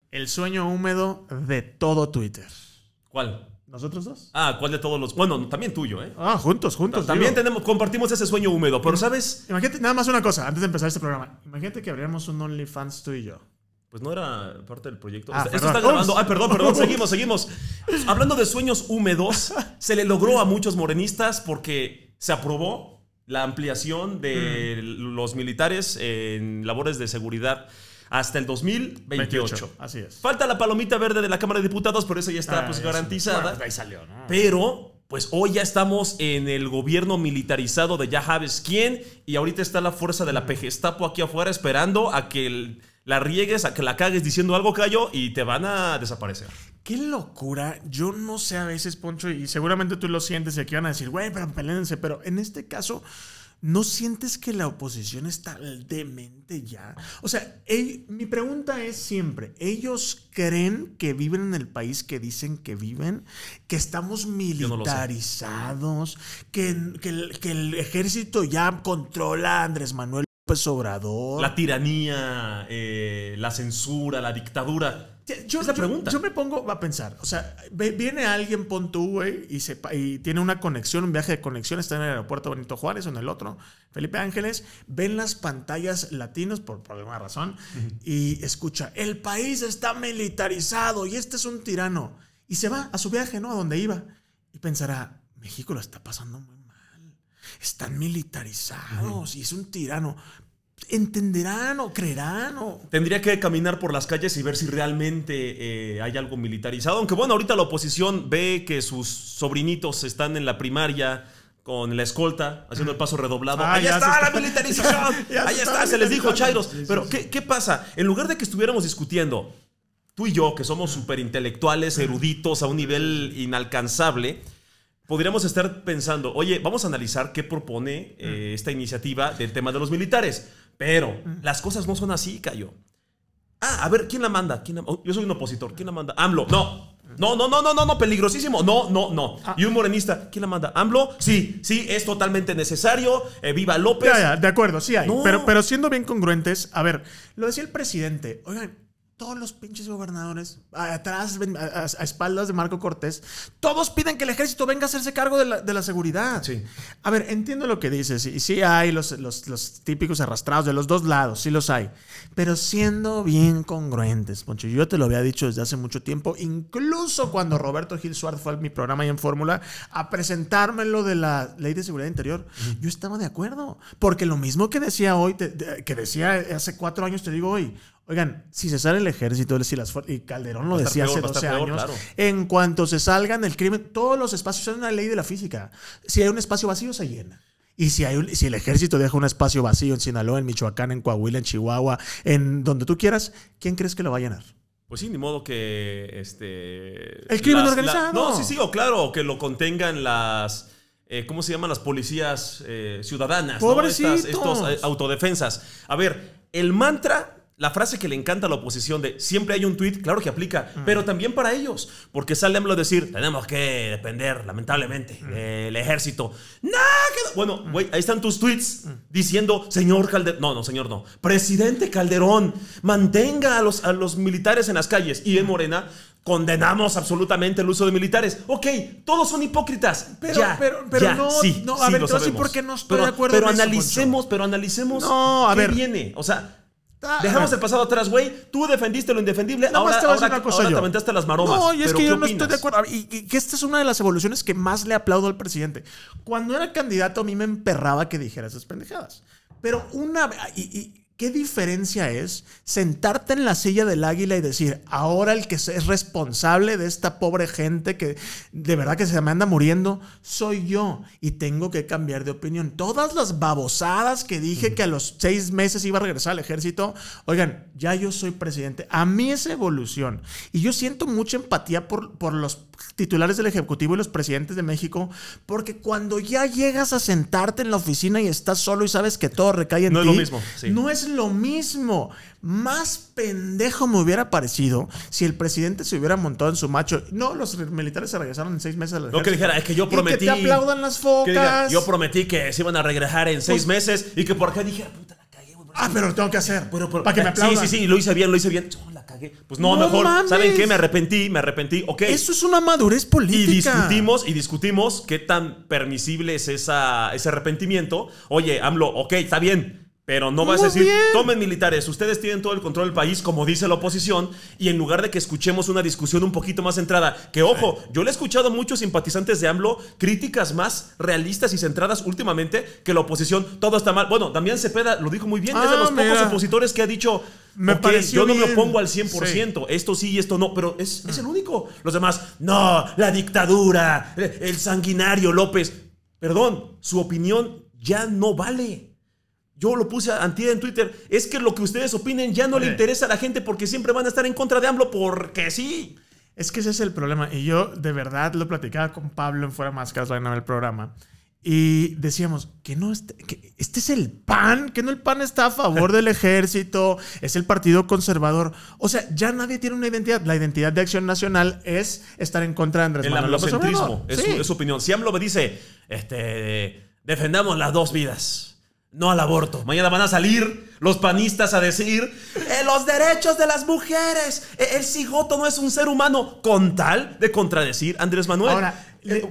el sueño húmedo de todo Twitter. ¿Cuál? ¿Nosotros dos? ¿Cuál de todos los? Bueno, también tuyo, ¿eh? Juntos. También compartimos ese sueño húmedo, pero ¿sabes? Imagínate, nada más una cosa, antes de empezar este programa. Imagínate que abriéramos un OnlyFans tú y yo. Pues no era parte del proyecto. Esto está grabando. Perdón. Seguimos. Hablando de sueños húmedos, se le logró a muchos morenistas porque se aprobó la ampliación de los militares en labores de seguridad hasta el 2028. Así es. Falta la palomita verde de la Cámara de Diputados, pero eso ya está garantizada. Bueno, ahí salió, ¿no? Pero, pues hoy ya estamos en el gobierno militarizado de ya sabes quién, y ahorita está la fuerza de la Gestapo aquí afuera esperando a que la riegues, a que la cagues diciendo algo, Cayo, y te van a desaparecer. Qué locura. Yo no sé a veces, Poncho, y seguramente tú lo sientes y aquí van a decir, güey, pero peléndense, pero en este caso, ¿no sientes que la oposición está demente ya? O sea, mi pregunta es siempre, ¿ellos creen que viven en el país que dicen que viven? ¿Que estamos militarizados? ¿Que el ejército ya controla a Andrés Manuel López Obrador? La tiranía, la censura, la dictadura. Esa pregunta. Yo me pongo a pensar, o sea, viene alguien, pon tú, güey, y tiene una conexión, un viaje de conexión, está en el aeropuerto Benito Juárez o en el otro, Felipe Ángeles, ven las pantallas latinos por alguna razón y escucha, el país está militarizado y este es un tirano. Y se va a su viaje, ¿no? A donde iba. Y pensará, México lo está pasando muy mal. Están militarizados y es un tirano. ¿Entenderán o creerán? Tendría que caminar por las calles y ver si realmente hay algo militarizado. Aunque bueno, ahorita la oposición ve que sus sobrinitos están en la primaria con la escolta, haciendo el paso redoblado. ¡Ahí está la militarización! ¡Ahí está! Se les dijo chairos. Pero ¿qué pasa? En lugar de que estuviéramos discutiendo, tú y yo, que somos súper intelectuales, eruditos, a un nivel inalcanzable, podríamos estar pensando, oye, vamos a analizar qué propone esta iniciativa del tema de los militares. Pero las cosas no son así, Cayo. A ver, ¿quién la manda? Yo soy un opositor. ¿Quién la manda? AMLO. No, peligrosísimo. No. Y un morenista, ¿quién la manda? ¿AMLO? Sí, es totalmente necesario. Viva López. Ya, de acuerdo, sí hay. No. Pero siendo bien congruentes, a ver, lo decía el presidente. Oigan, todos los pinches gobernadores, atrás, a espaldas de Marco Cortés, todos piden que el ejército venga a hacerse cargo de la seguridad. Sí. A ver, entiendo lo que dices. Y sí hay los típicos arrastrados de los dos lados, sí los hay. Pero siendo bien congruentes, Poncho, yo te lo había dicho desde hace mucho tiempo, incluso cuando Roberto Gil Suárez fue a mi programa ahí en Fórmula a presentarme lo de la Ley de Seguridad Interior, yo estaba de acuerdo. Porque lo mismo que decía hoy, que decía hace 4 años, te digo hoy, oigan, si se sale el ejército, y Calderón lo decía hace 12 años, claro. En cuanto se salgan del crimen, todos los espacios, es una ley de la física. Si hay un espacio vacío, se llena. Y si el ejército deja un espacio vacío en Sinaloa, en Michoacán, en Coahuila, en Chihuahua, en donde tú quieras, ¿quién crees que lo va a llenar? Pues sí, ni modo que el crimen organizado. Claro, que lo contengan las... ¿cómo se llaman? Las policías ciudadanas, pobrecitos, ¿no? Estos autodefensas. A ver, el mantra... La frase que le encanta a la oposición de siempre hay un tuit, claro que aplica, pero también para ellos, porque sale AMLO a decir, tenemos que depender, lamentablemente, del ejército. Bueno, güey, ahí están tus tweets diciendo, señor Calderón, no, señor, no, presidente Calderón, mantenga a los militares en las calles. Y en Morena condenamos absolutamente el uso de militares. Ok, todos son hipócritas. Pero no, a ver, te voy a decir por qué no estoy de acuerdo pero en analicemos, eso, pero analicemos a qué ver. viene. O sea, dejamos el pasado atrás, güey. Tú defendiste lo indefendible. Ahora te aventaste las maromas. No, y es que yo no opinas? estoy de acuerdo. Y que esta es una de las evoluciones que más le aplaudo al presidente. Cuando era candidato, a mí me emperraba que dijera esas pendejadas. Pero ¿qué diferencia es sentarte en la silla del águila y decir, ahora el que es responsable de esta pobre gente que de verdad que se me anda muriendo soy yo y tengo que cambiar de opinión? Todas las babosadas que dije que a los 6 meses iba a regresar al ejército, oigan, ya yo soy presidente. A mí es evolución. Y yo siento mucha empatía por los titulares del Ejecutivo y los presidentes de México, porque cuando ya llegas a sentarte en la oficina y estás solo y sabes que todo recae en ti, no es lo mismo. Sí. No es lo mismo. Más pendejo me hubiera parecido si el presidente se hubiera montado en su macho. No, los militares se regresaron en 6 meses al ejército. Lo que dijera es que yo prometí. Y que te aplaudan las focas. Yo prometí que se iban a regresar en 6 meses y que por acá dijera, puta, la cagué, güey. Pero lo tengo que hacer. Para que me aplaudan. Sí, lo hice bien. cagué. Pues no, mejor, mames. ¿Saben qué? Me arrepentí, ok. Eso es una madurez política. Y discutimos qué tan permisible es ese arrepentimiento. Oye, AMLO, ok, está bien. Pero no vas a decir, tomen militares, ustedes tienen todo el control del país, como dice la oposición, y en lugar de que escuchemos una discusión un poquito más centrada, que ojo, yo le he escuchado a muchos simpatizantes de AMLO críticas más realistas y centradas últimamente que la oposición, todo está mal. Bueno, Damián Cepeda lo dijo muy bien, es de los pocos opositores que ha dicho, yo no me opongo al 100%, esto sí y esto no, pero es el único. Los demás, no, la dictadura, el sanguinario López. Perdón, su opinión ya no vale. Yo lo puse antier en Twitter. Es que lo que ustedes opinen ya no le interesa a la gente porque siempre van a estar en contra de AMLO porque sí. Es que ese es el problema. Y yo de verdad lo platicaba con Pablo en Fuera Máscaras en el programa. Y decíamos que este es el PAN, que no el PAN está a favor del ejército, es el partido conservador. O sea, ya nadie tiene una identidad. La identidad de Acción Nacional es estar en contra de Andrés Manuel López Obrador. Es su opinión. Si AMLO me dice, defendamos las dos vidas, no al aborto. Mañana van a salir los panistas a decir los derechos de las mujeres. El cigoto no es un ser humano, con tal de contradecir a Andrés Manuel. Ahora,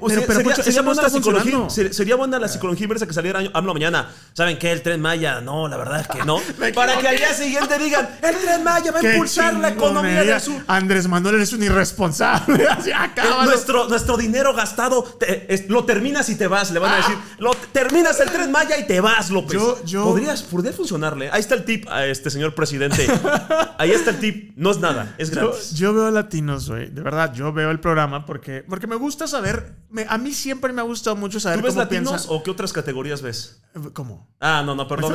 sería buena la psicología inversa que saliera AMLO mañana. ¿Saben qué? El Tren Maya, no, la verdad es que no. Para que al día siguiente digan, el Tren Maya va a impulsar la economía del sur. Andrés Manuel es un irresponsable. Así nuestro dinero gastado lo terminas y te vas. Le van a decir, terminas el Tren Maya y te vas, López. Podría funcionarle. Ahí está el tip a este señor presidente. Ahí está el tip. No es nada, es gratis. Yo veo latinos, güey. De verdad, yo veo el programa porque me gusta saber. A mí siempre me ha gustado mucho saber cómo cómo latinos piensan. ¿O qué otras categorías ves? ¿Cómo? No, perdón.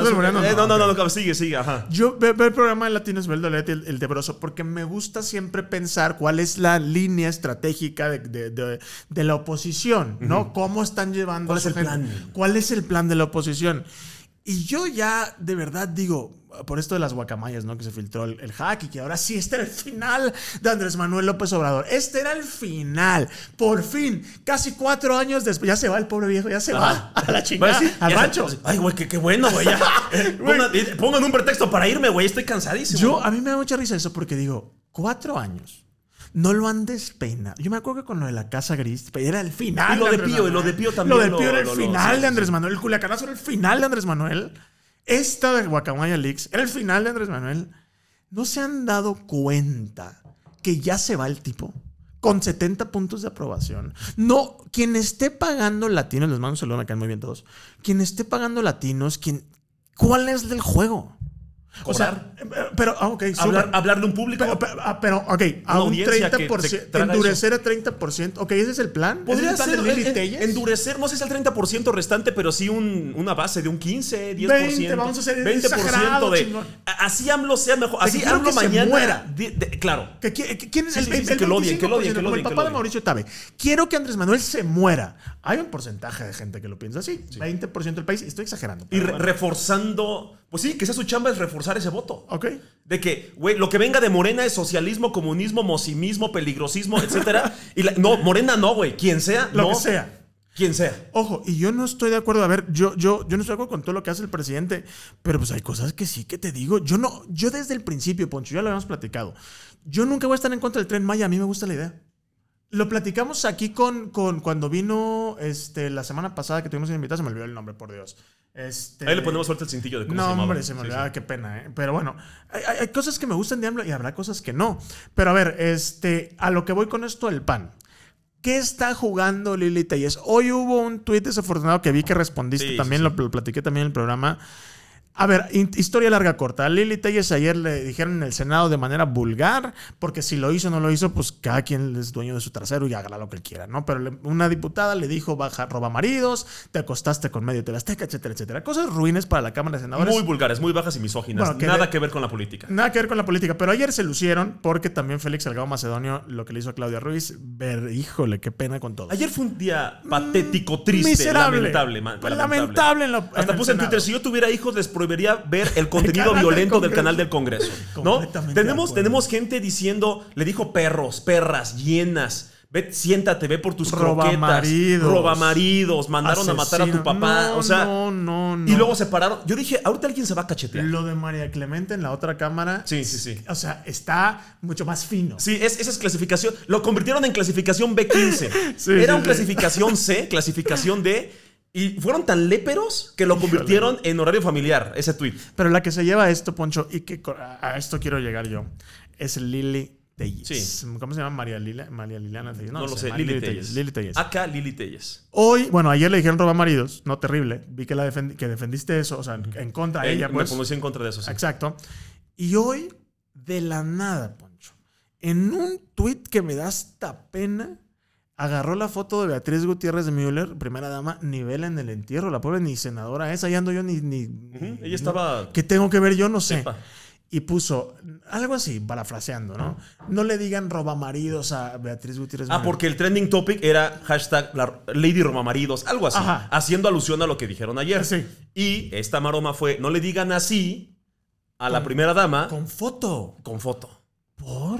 No, sigue, ajá. Yo veo el programa de Latinos, veo el de Broso, porque me gusta siempre pensar cuál es la línea estratégica de la oposición, ¿no? ¿Cómo están llevando? ¿Cuál es el plan? ¿Cuál es el plan de la oposición? Y yo ya, de verdad, digo, por esto de las guacamayas, ¿no? Que se filtró el hack y que ahora sí, este era el final de Andrés Manuel López Obrador. Este era el final. Por fin, casi 4 años después. Ya se va el pobre viejo, ya se va a la chingada, al rancho. Ay, güey, qué bueno, güey. Pongan un pretexto para irme, güey. Estoy cansadísimo. A mí me da mucha risa eso porque digo, 4 años. No lo han despeinado. Yo me acuerdo que con lo de la Casa Gris era el final. Y lo de Pío también. Lo de Pío era el final de Andrés Manuel. El Culiacanazo era el final de Andrés Manuel. Esta de Guacamaya Leaks era el final de Andrés Manuel. ¿No se han dado cuenta que ya se va el tipo? Con 70 puntos de aprobación. No, quien esté pagando latinos, les mando un saludo, me caen muy bien todos. Quien esté pagando latinos, ¿cuál es el juego? O sea, pero, ok, hablarle a un público. Pero ok, a un 30%, endurecer a 30%. Ok, ese es el plan. Podría ser endurecer, no sé si el 30% restante, pero sí una base de un 15, 10%. 20, vamos a hacer 20% de. Chingón. Así AMLO sea mejor. Así AMLO mañana. Muera. Claro. ¿Quién es el que lo odien, como el papá de Mauricio Tabe. Quiero que Andrés Manuel se muera. Hay un porcentaje de gente que lo piensa así. 20% del país. Estoy exagerando. Y reforzando. Pues sí, que sea su chamba es reforzar ese voto. Ok. De que, güey, lo que venga de Morena es socialismo, comunismo, mosimismo, peligrosismo, etcétera. No, Morena no, güey. Quien sea, lo que sea. Quien sea. Ojo, y yo no estoy de acuerdo. A ver, yo no estoy de acuerdo con todo lo que hace el presidente, pero pues hay cosas que sí que te digo. Yo desde el principio, Poncho, ya lo habíamos platicado. Yo nunca voy a estar en contra del Tren Maya. A mí me gusta la idea. Lo platicamos aquí cuando vino la semana pasada que tuvimos una invitada. Se me olvidó el nombre, por Dios. Ahí le ponemos suerte el cintillo de cómo se llamaba. No, hombre, se me olvidaba, qué pena, Pero bueno, hay cosas que me gustan de AMLO y habrá cosas que no. Pero a ver, a lo que voy con esto del PAN. ¿Qué está jugando Lili Telles? Hoy hubo un tuit desafortunado que vi que respondiste también, lo platiqué también en el programa. A ver, historia larga corta. A Lili Telles ayer le dijeron en el Senado de manera vulgar, porque si lo hizo o no lo hizo, pues cada quien es dueño de su trasero y haga lo que él quiera, ¿no? Pero una diputada le dijo, roba maridos, te acostaste con medio de la Azteca, etcétera, etcétera. Cosas ruines para la Cámara de Senadores. Muy vulgares, muy bajas y misóginas. Bueno, nada que ver con la política. Nada que ver con la política. Pero ayer se lucieron porque también Félix Salgado Macedonio, lo que le hizo a Claudia Ruiz, híjole, qué pena con todo. Ayer fue un día patético, triste, miserable, lamentable. Hasta puse en Twitter, si yo tuviera hijos, les prohibiría ver el contenido violento del canal del Congreso, ¿no? Tenemos gente diciendo, le dijo perros, perras, hienas, siéntate, ve por tus Robamaridos. croquetas. Robamaridos. Mandaron a matar a tu papá. No, o sea, no. Y luego se pararon. Yo dije, ahorita alguien se va a cachetear. Lo de María Clemente en la otra cámara. Sí. O sea, está mucho más fino. Sí, esa es clasificación. Lo convirtieron en clasificación B15. Sí, Era sí, un clasificación C, clasificación D. Y fueron tan léperos que lo convirtieron en horario familiar, ese tweet. Pero la que se lleva esto, Poncho, y que a esto quiero llegar yo, es Lili Telles. Sí. ¿Cómo se llama? María Liliana Telles. No lo sé. Lili Telles. Lili Telles. Acá Lili Telles. Hoy, bueno, ayer le dijeron robamaridos. No, terrible. Vi que que defendiste eso, o sea, en contra de ella, pues. Me pronuncié en contra de eso, sí. Exacto. Y hoy, de la nada, Poncho, en un tuit que me da hasta pena, agarró la foto de Beatriz Gutiérrez de Müller, primera dama, nivel en el entierro. La pobre ni senadora esa, ya ando yo ni Ella estaba... ¿Qué tengo que ver yo? No sé. Sepa. Y puso algo así, parafraseando, ¿no? No le digan robamaridos a Beatriz Gutiérrez. Porque el trending topic era hashtag Lady Robamaridos, algo así. Ajá. Haciendo alusión a lo que dijeron ayer. Sí. Y esta maroma fue, no le digan así a la primera dama. Con foto. Con foto. ¿Por?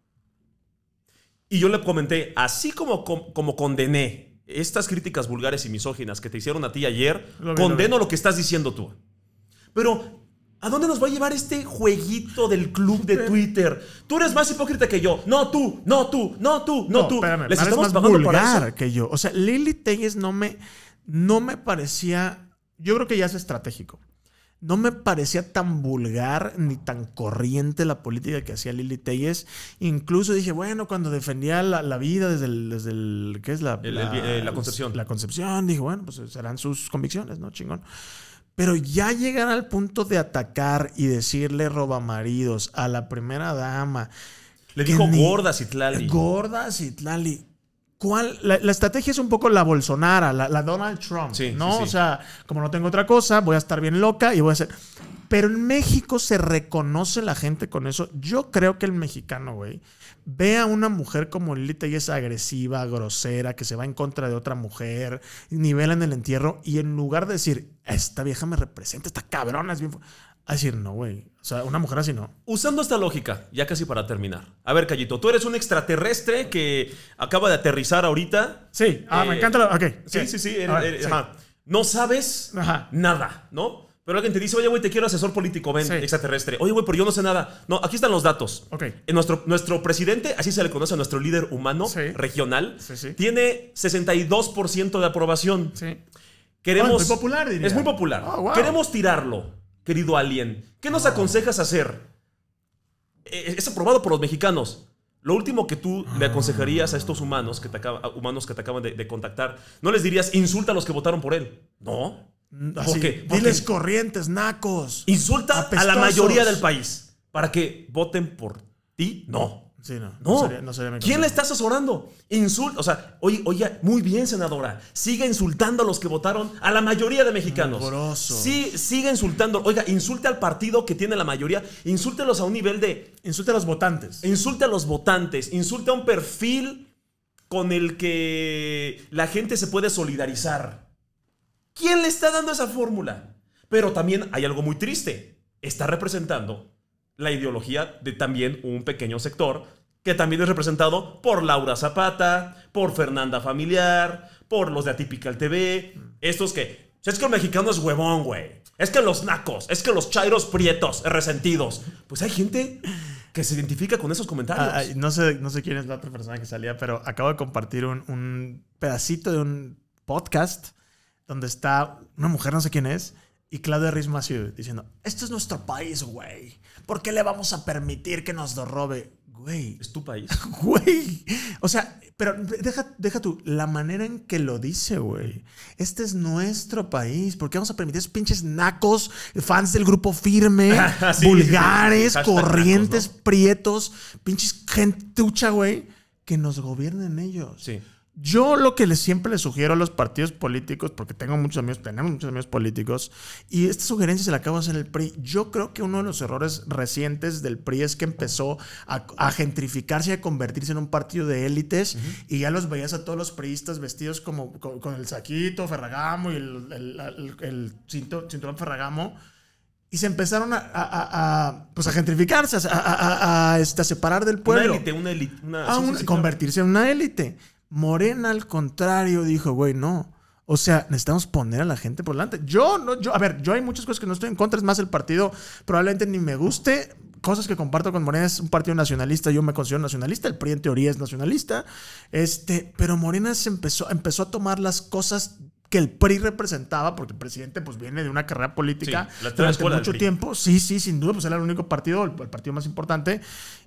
Y yo le comenté, así como condené estas críticas vulgares y misóginas que te hicieron a ti ayer, condeno lo que estás diciendo tú. Pero... ¿a dónde nos va a llevar este jueguito del club de Twitter? Tú eres más hipócrita que yo. No tú. Espérame, Les estamos estamos más pagando para vulgar eso. que yo. O sea, Lili Telles no me parecía... Yo creo que ya es estratégico. No me parecía tan vulgar ni tan corriente la política que hacía Lili Telles. Incluso dije, bueno, cuando defendía la vida desde el ¿qué es la concepción? La concepción. Dije, bueno, pues serán sus convicciones, ¿no? Chingón. Pero ya llegar al punto de atacar y decirle robamaridos a la primera dama. Le dijo gorda Citlali. Gorda Citlali. La estrategia es un poco la Bolsonaro, la Donald Trump, sí, ¿no? Sí, sí. O sea, como no tengo otra cosa, voy a estar bien loca y voy a hacer... Pero en México se reconoce la gente con eso. Yo creo que el mexicano, güey, ve a una mujer como Lili Telles agresiva, grosera, que se va en contra de otra mujer, nivela en el entierro, y en lugar de decir, esta vieja me representa, esta cabrona es bien... A decir, no, güey. O sea, una mujer así no. Usando esta lógica, ya casi para terminar. A ver, Callito, tú eres un extraterrestre que acaba de aterrizar ahorita. Sí. Me encanta la... Ok. Sí. Sí. Ajá. No sabes nada, ¿no? Pero alguien te dice, oye, güey, te quiero asesor político, ven, extraterrestre. Oye, güey, pero yo no sé nada. No, aquí están los datos. Ok. Nuestro presidente, así se le conoce a nuestro líder humano regional, tiene 62% de aprobación. Sí. Queremos, es muy popular, diría. Es muy popular. Oh, wow. Queremos tirarlo, querido alien. ¿Qué nos aconsejas hacer? Es aprobado por los mexicanos. Lo último que tú le aconsejarías a estos humanos que te acaban de contactar, no les dirías, insulta a los que votaron por él. No. ¿Por qué? Diles corrientes, nacos. Insulta apestosos. a la mayoría del país para que voten por ti. No. Sí, no. No sería ¿Quién le está asesorando? Insulta. O sea, oye, muy bien, senadora. Siga insultando a los que votaron, a la mayoría de mexicanos. Horroroso. Sí, siga insultando. Oiga, insulte al partido que tiene la mayoría. Insúltelos a un nivel de... Insulte a los votantes. Insulte a los votantes. Insulte a un perfil con el que la gente se puede solidarizar. ¿Quién le está dando esa fórmula? Pero también hay algo muy triste. Está representando la ideología de también un pequeño sector que también es representado por Laura Zapata, por Fernanda Familiar, por los de Atypical TV. Estos que... Es que el mexicano es huevón, güey. Es que los nacos, es que los chairos prietos, resentidos. Pues hay gente que se identifica con esos comentarios. No sé quién es la otra persona que salía, pero acabo de compartir un pedacito de un podcast donde está una mujer, no sé quién es, y Claudia Ruiz Massieu diciendo, esto es nuestro país, güey. ¿Por qué le vamos a permitir que nos lo robe? Güey. Es tu país. Güey. O sea, pero deja tú, la manera en que lo dice, güey. Este es nuestro país. ¿Por qué vamos a permitir esos pinches nacos, fans del Grupo Firme, vulgares, corrientes, nacos, ¿no? Prietos, pinches gentucha, güey, que nos gobiernen ellos? Sí. Yo lo que siempre les sugiero a los partidos políticos, porque tenemos muchos amigos políticos, y esta sugerencia se la acabo de hacer el PRI. Yo creo que uno de los errores recientes del PRI es que empezó a gentrificarse y a convertirse en un partido de élites, y ya los veías a todos los priistas vestidos como con el saquito Ferragamo y el cinturón Ferragamo. y se empezaron pues a gentrificarse, a separar del pueblo. Una élite. Convertirse en una élite. Morena, al contrario, dijo, güey, no. O sea, necesitamos poner a la gente por delante. Yo hay muchas cosas que no estoy en contra. Es más, el partido probablemente ni me guste. Cosas que comparto con Morena, es un partido nacionalista. Yo me considero nacionalista. El PRI en teoría es nacionalista. Pero Morena empezó a tomar las cosas que el PRI representaba, porque el presidente pues viene de una carrera política durante mucho tiempo. Sí, sin duda, pues era el único partido, el partido más importante.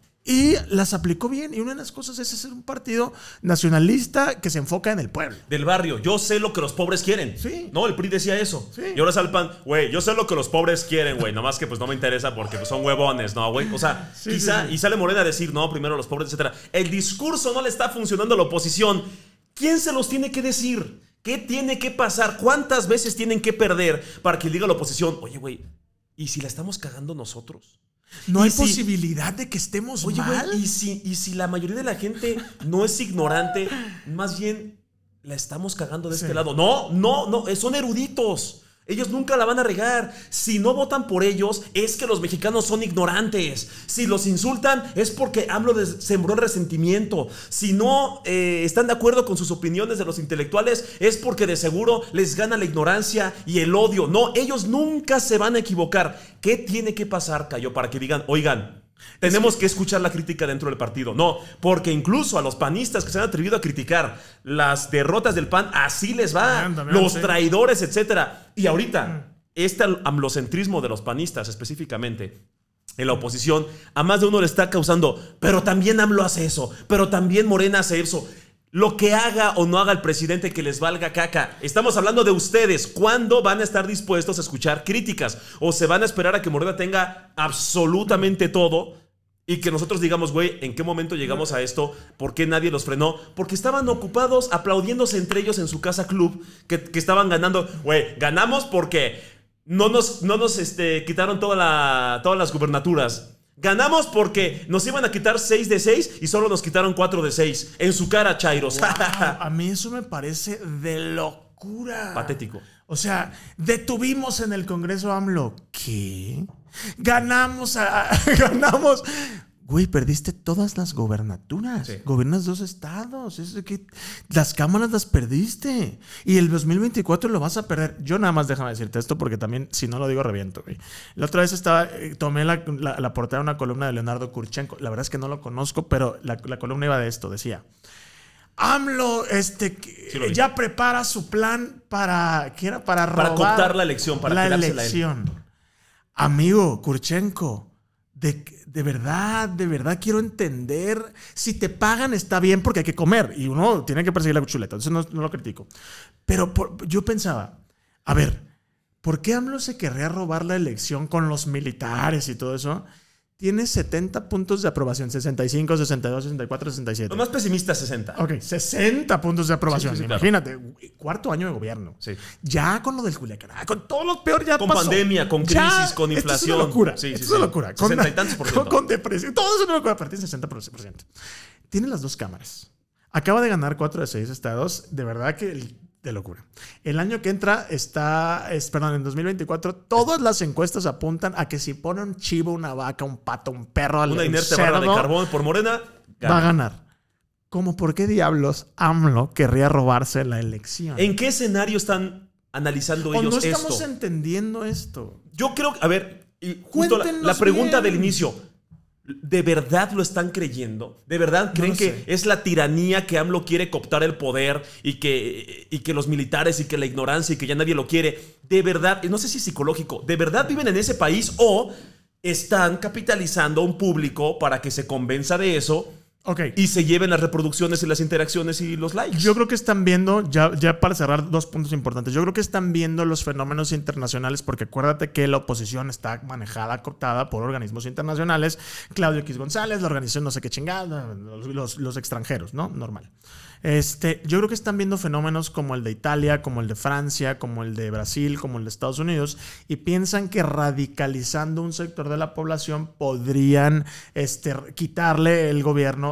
Y las aplicó bien. Y una de las cosas es ser un partido nacionalista que se enfoca en el pueblo. Del barrio. Yo sé lo que los pobres quieren. Sí. No, el PRI decía eso. Sí. Y ahora sale el PAN. Güey, yo sé lo que los pobres quieren, güey. Nomás que pues no me interesa porque pues, son huevones, ¿no, güey? O sea, quizá. Y sale Morena a decir, no, primero los pobres, etcétera. El discurso no le está funcionando a la oposición. ¿Quién se los tiene que decir? ¿Qué tiene que pasar? ¿Cuántas veces tienen que perder para que diga la oposición, oye, güey, ¿y si la estamos cagando nosotros? No hay posibilidad de que estemos mal. Güey, ¿y si la mayoría de la gente no es ignorante, más bien la estamos cagando de este lado? No, son eruditos. Ellos nunca la van a regar. Si no votan por ellos, es que los mexicanos son ignorantes. Si los insultan, es porque AMLO sembró el resentimiento. Si no están de acuerdo con sus opiniones de los intelectuales, es porque de seguro les gana la ignorancia y el odio. No, ellos nunca se van a equivocar. ¿Qué tiene que pasar, Cayo, para que digan, oigan, tenemos que escuchar la crítica dentro del partido? No, porque incluso a los panistas que se han atrevido a criticar las derrotas del PAN, así les va. Los traidores, etcétera. Y ahorita, este amlocentrismo de los panistas específicamente en la oposición, a más de uno le está causando, pero también AMLO hace eso, pero también Morena hace eso. Lo que haga o no haga el presidente, que les valga caca. Estamos hablando de ustedes. ¿Cuándo van a estar dispuestos a escuchar críticas? ¿O se van a esperar a que Morena tenga absolutamente todo y que nosotros digamos, güey, ¿en qué momento llegamos a esto? ¿Por qué nadie los frenó? Porque estaban ocupados aplaudiéndose entre ellos en su casa club, que estaban ganando. Güey, ganamos porque no nos quitaron todas las gubernaturas. Ganamos porque nos iban a quitar 6 de 6 y solo nos quitaron 4 de 6. En su cara, chairos. Wow, a mí eso me parece de locura. Patético. O sea, detuvimos en el Congreso a AMLO. ¿Qué? Ganamos. Güey, perdiste todas las gobernaturas. Sí. Gobiernas 2 estados. Las cámaras las perdiste. Y el 2024 lo vas a perder. Yo nada más déjame decirte esto porque también, si no lo digo, reviento, güey. La otra vez tomé la portada de una columna de Leonardo Kurchenko. La verdad es que no lo conozco, pero la columna iba de esto. Decía, AMLO ya prepara su plan para robar. Para cooptar la elección, para quedarse la elección. Amigo Kurchenko, de verdad quiero entender. Si te pagan está bien porque hay que comer y uno tiene que perseguir la chuleta, entonces no lo critico. Pero yo pensaba, a ver, ¿por qué AMLO se querría robar la elección con los militares y todo eso? Tiene 70 puntos de aprobación, 65, 62, 64, 67. Lo más pesimista, 60. Ok, 60 puntos de aprobación. Sí, imagínate, claro. 4o año de gobierno. Sí. Ya con lo del Culiacán, con todo lo peor ya con pasó. Con pandemia, con crisis, con inflación. Esto es una locura. Sí, esto es una locura. 60 y tantos por ciento. Con depresión. Todo eso es una locura. A partir del 60%. Tiene las 2 cámaras. Acaba de ganar 4 de 6 estados. De verdad que de locura. El año que entra en 2024, todas las encuestas apuntan a que si pone un chivo, una vaca, un pato, un perro, una inerte barra de carbón por Morena, gana. Va a ganar. ¿Cómo por qué diablos AMLO querría robarse la elección? ¿En qué escenario están analizando ellos esto? No estamos entendiendo esto. Yo creo, a ver, y justo la pregunta del inicio. ¿De verdad lo están creyendo? ¿De verdad creen que es la tiranía que AMLO quiere cooptar el poder y que los militares y que la ignorancia y que ya nadie lo quiere? ¿De verdad? No sé si es psicológico. ¿De verdad viven en ese país o están capitalizando a un público para que se convenza de eso? Okay. Y se lleven las reproducciones y las interacciones y los likes. Yo creo que están viendo, ya para cerrar 2 puntos importantes, yo creo que están viendo los fenómenos internacionales porque acuérdate que la oposición está manejada, cooptada por organismos internacionales. Claudio X González, la organización no sé qué chingada, los extranjeros, ¿no? Normal. Yo creo que están viendo fenómenos como el de Italia, como el de Francia, como el de Brasil, como el de Estados Unidos y piensan que radicalizando un sector de la población podrían quitarle el gobierno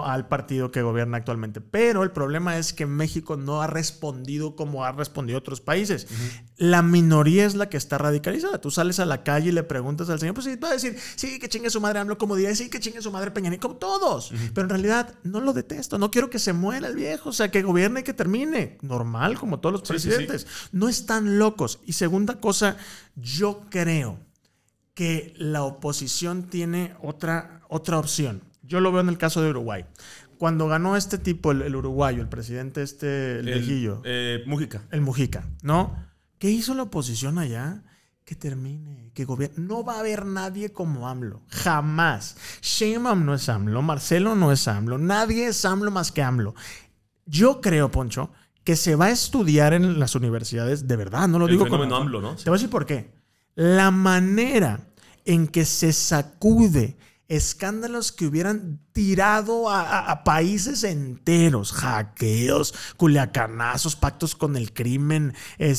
al partido que gobierna actualmente. Pero el problema es que México no ha respondido como ha respondido otros países. La minoría es la que está radicalizada. Tú sales a la calle y le preguntas al señor, pues sí, va a decir, sí, que chingue su madre AMLO, como diría, sí, que chingue su madre Peña Nieto, como todos. Pero en realidad no lo detesto, no quiero que se muera el viejo, o sea, que gobierne y que termine. Normal, como todos los presidentes. Sí. No están locos. Y segunda cosa, yo creo que la oposición tiene otra opción. Yo lo veo en el caso de Uruguay. Cuando ganó este tipo, el uruguayo, el presidente el viejillo. Mujica. El Mujica, ¿no? ¿Qué hizo la oposición allá? Que termine, que gobierne. No va a haber nadie como AMLO. Jamás. Sheinbaum no es AMLO, Marcelo no es AMLO. Nadie es AMLO más que AMLO. Yo creo, Poncho, que se va a estudiar en las universidades, de verdad, no lo digo como... AMLO, ¿no? Te voy a decir por qué. La manera en que se sacude escándalos que hubieran tirado a países enteros, hackeos, culiacanazos, pactos con el crimen,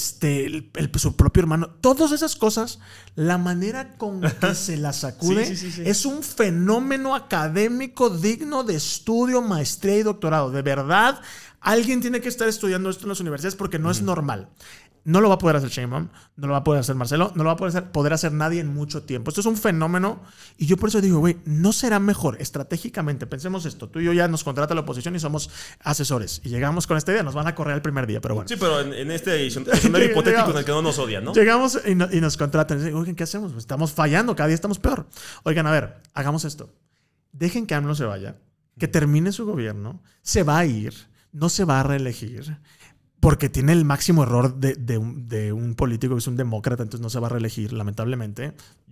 su propio hermano, todas esas cosas, la manera con que se las sacude sí. Es un fenómeno académico digno de estudio, maestría y doctorado. De verdad, alguien tiene que estar estudiando esto en las universidades porque no es normal. No lo va a poder hacer Sheinbaum, no lo va a poder hacer Marcelo, no lo va a poder hacer nadie en mucho tiempo. Esto es un fenómeno y yo por eso digo, güey, ¿no será mejor estratégicamente? Pensemos esto, tú y yo ya nos contrata la oposición y somos asesores y llegamos con esta idea, nos van a correr el primer día, pero bueno. Sí, pero en este escenario hipotético en el que no nos odian, ¿no? Llegamos y nos contratan y dicen, oigan, ¿qué hacemos? Pues estamos fallando, cada día estamos peor. Oigan, a ver, hagamos esto. Dejen que AMLO se vaya, que termine su gobierno, se va a ir, no se va a reelegir. Porque tiene el máximo error de un político que es un demócrata, entonces no se va a reelegir, lamentablemente.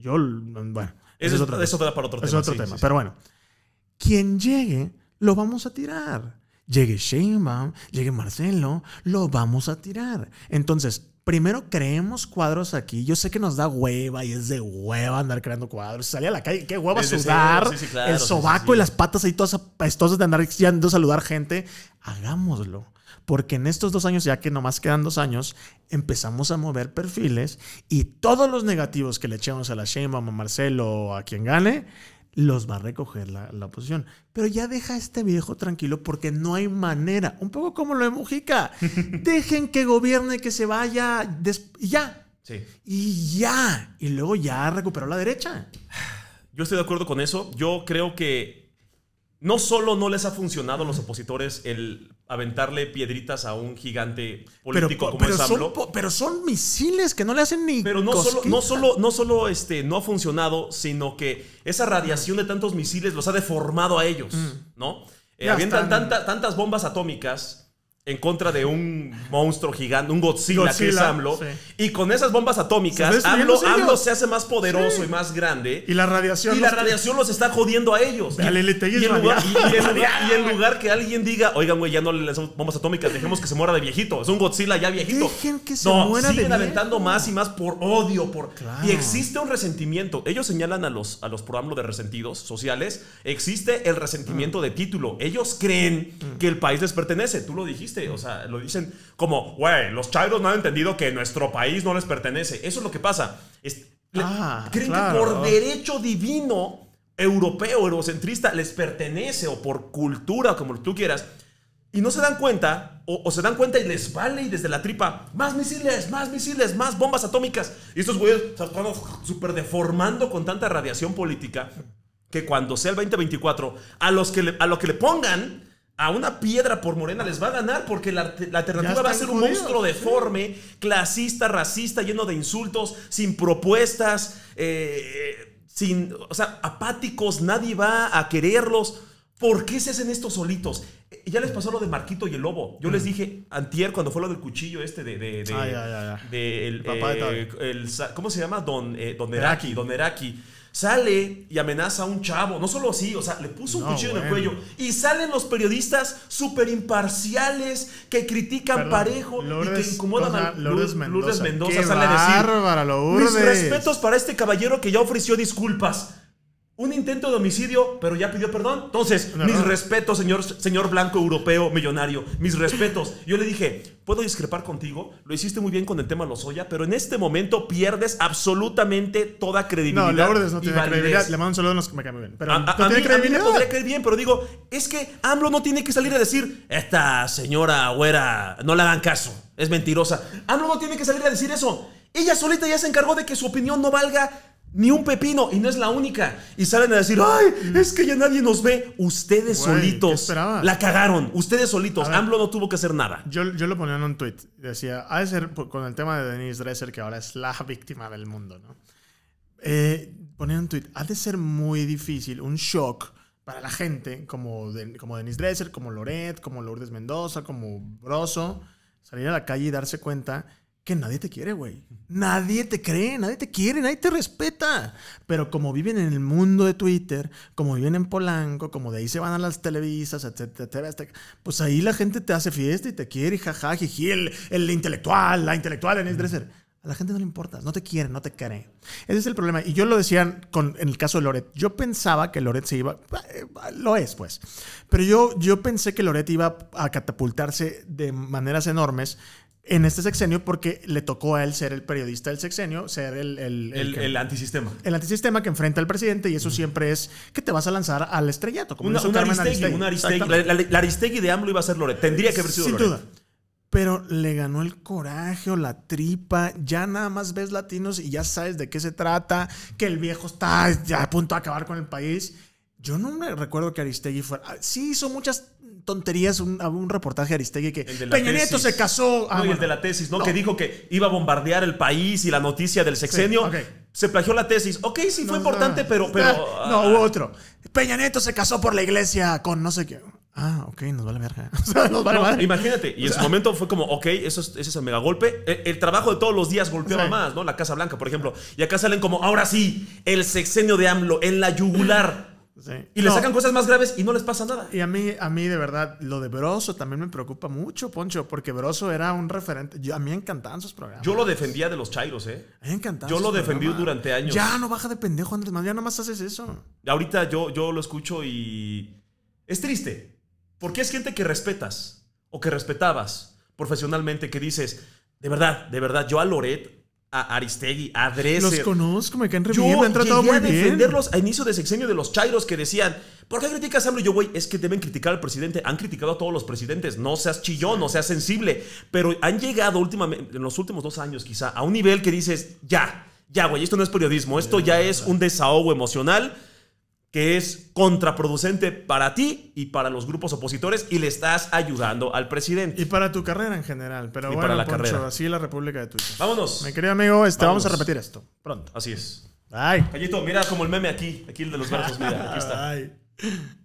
Bueno, eso da para otro tema. Es otro tema, pero bueno. Quien llegue, lo vamos a tirar. Llegue Sheinbaum, llegue Marcelo, lo vamos a tirar. Entonces, primero creemos cuadros aquí. Yo sé que nos da hueva y es de hueva andar creando cuadros. Salir a la calle, qué hueva sudar. Claro, el sobaco y las patas ahí todas apestosas de andar yendo a saludar gente. Hagámoslo. Porque en estos 2 años, ya que nomás quedan 2 años, empezamos a mover perfiles y todos los negativos que le echemos a la Sheinbaum, a Marcelo o a quien gane, los va a recoger la oposición. Pero ya deja a este viejo tranquilo porque no hay manera. Un poco como lo de Mujica. Dejen que gobierne, que se vaya y ya. Sí. Y ya. Y luego ya recuperó la derecha. Yo estoy de acuerdo con eso. Yo creo que no solo no les ha funcionado a los opositores el aventarle piedritas a un gigante político como es AMLO. Pero son misiles que no le hacen ni Pero no solo no ha funcionado, sino que esa radiación de tantos misiles los ha deformado a ellos, ¿no? Avientan tantas bombas atómicas en contra de un monstruo gigante, un Godzilla que es AMLO. Sí. Y con esas bombas atómicas, AMLO se hace más poderoso y más grande. Y la radiación los está jodiendo a ellos. Y en lugar que alguien diga, oigan, güey, ya no le lanzamos bombas atómicas, dejemos que se muera de viejito. Es un Godzilla ya viejito. Dejen que se muera de viejito. Siguen aventando más y más por odio. Claro. Y existe un resentimiento. Ellos señalan a los pro AMLO de resentidos sociales. Existe el resentimiento de título. Ellos creen que el país les pertenece. Tú lo dijiste. O sea, lo dicen como, güey, los chairos no han entendido que nuestro país no les pertenece. Eso es lo que pasa. Creen que por derecho divino europeo, eurocentrista, les pertenece, o por cultura, como tú quieras. Y no se dan cuenta, o se dan cuenta y les vale, y desde la tripa, más misiles, más bombas atómicas. Y estos güeyes se están súper deformando con tanta radiación política que cuando sea el 2024, a lo que le pongan a una piedra por Morena les va a ganar, porque la alternativa va a ser un monstruo deforme, clasista, racista, lleno de insultos, sin propuestas, apáticos, nadie va a quererlos. ¿Por qué se hacen estos solitos? Ya les pasó lo de Marquito y el Lobo. Yo les dije antier, cuando fue lo del cuchillo ¿cómo se llama? Don Eraki. Sale y amenaza a un chavo. No solo así, o sea, le puso un cuchillo en el cuello. Y salen los periodistas súper imparciales que critican parejo y que incomodan a Lourdes Mendoza. Qué sale a decir, bárbara, Lourdes. Mis respetos para este caballero que ya ofreció disculpas. un intento de homicidio, pero ya pidió perdón. Entonces, No, mis no. respetos, señor blanco europeo millonario. Mis respetos. Yo le dije, puedo discrepar contigo. Lo hiciste muy bien con el tema Lozoya, pero en este momento pierdes absolutamente toda credibilidad. No, Lourdes no y tiene validez. credibilidad. Le mando un saludo a los que me caen muy bien. Pero A no mí, tiene a mí me credibilidad. podría caer bien, pero digo, es que AMLO no tiene que salir a decir, esta señora güera, no le hagan caso, es mentirosa. AMLO no tiene que salir a decir eso. Ella solita ya se encargó de que su opinión no valga ni un pepino, y no es la única. Y salen a decir, ay, es que ya nadie nos ve. Ustedes Güey, ¿qué solitos esperabas? la cagaron. Ustedes solitos. A ver. AMLO no tuvo que hacer nada. Yo lo ponía en un tweet. Decía, ha de ser con el tema de Denise Dresser, que ahora es la víctima del mundo, ¿no? Ponía un tweet, ha de ser muy difícil, un shock para la gente como Denise Dresser, como Loret, como Lourdes Mendoza, como Broso, salir a la calle y darse cuenta que nadie te quiere, güey. Nadie te cree, nadie te quiere, nadie te respeta. Pero como viven en el mundo de Twitter, como viven en Polanco, como de ahí se van a las televisas, etcétera, pues ahí la gente te hace fiesta y te quiere y jaja, jiji, la intelectual Denise Dresser. A la gente no le importas, no te quiere, no te cree. Ese es el problema. Y yo lo decía en el caso de Loret. Yo pensaba que Loret se iba... Lo es, pues. Pero yo pensé que Loret iba a catapultarse de maneras enormes en este sexenio porque le tocó a él ser el periodista del sexenio, ser El antisistema. el antisistema que enfrenta al presidente, y eso siempre es que te vas a lanzar al estrellato. Como hizo Carmen Aristegui. Una Aristegui. Exactamente. La Aristegui de AMLO iba a ser Loret. Tendría que haber sido Sin Loret. duda. Pero le ganó el coraje o la tripa. Ya nada más ves latinos y ya sabes de qué se trata. Que el viejo está ya a punto de acabar con el país. Yo no me recuerdo que Aristegui fuera... Sí hizo muchas tonterías. Un reportaje de Aristegui que Peña Nieto se casó... No, y el de la tesis, ¿no? Que dijo que iba a bombardear el país y la noticia del sexenio. Sí, okay. Se plagió la tesis. Ok, sí fue importante, pero... No, hubo otro. Peña Nieto se casó por la iglesia con no sé qué... Ah, ok, nos vale verga. O sea, nos vale madre. Imagínate, y en su momento fue como, ok, ese es el megagolpe. El trabajo de todos los días golpeaba más, ¿no? La Casa Blanca, por ejemplo. Y acá salen como, ahora sí, el sexenio de AMLO en la yugular. Sí. Y le sacan cosas más graves y no les pasa nada. Y a mí de verdad, lo de Broso también me preocupa mucho, Poncho, porque Broso era un referente. A mí me encantaban sus programas. Yo lo defendía de los chairos, ¿eh? A mí me encantaban. Yo lo defendí durante años. Ya no baja de pendejo, Andrés Manuel, ya nomás haces eso. Ahorita yo lo escucho y es triste. Porque es gente que respetas o que respetabas profesionalmente, que dices, de verdad, yo a Loret, a Aristegui, a Dresser... Los conozco, me caen re yo bien, me han tratado llegué muy a bien. defenderlos a inicio de sexenio de los chairos que decían, ¿por qué criticas a AMLO? Y yo, güey, es que deben criticar al presidente. Han criticado a todos los presidentes. No seas chillón, no seas sensible. Pero han llegado últimamente, en los últimos 2 años quizá, a un nivel que dices, ya, güey, esto no es periodismo. Esto ya es un desahogo emocional que es contraproducente para ti y para los grupos opositores y le estás ayudando al presidente. Y para tu carrera en general. Pero Y bueno, para la Poncho, carrera. así es la República de Twitter. Vámonos. Mi querido amigo, vamos Vámonos. a repetir esto pronto. Así es. Bye. Gallito, mira como el meme aquí el de los versos, mira, aquí está. Bye.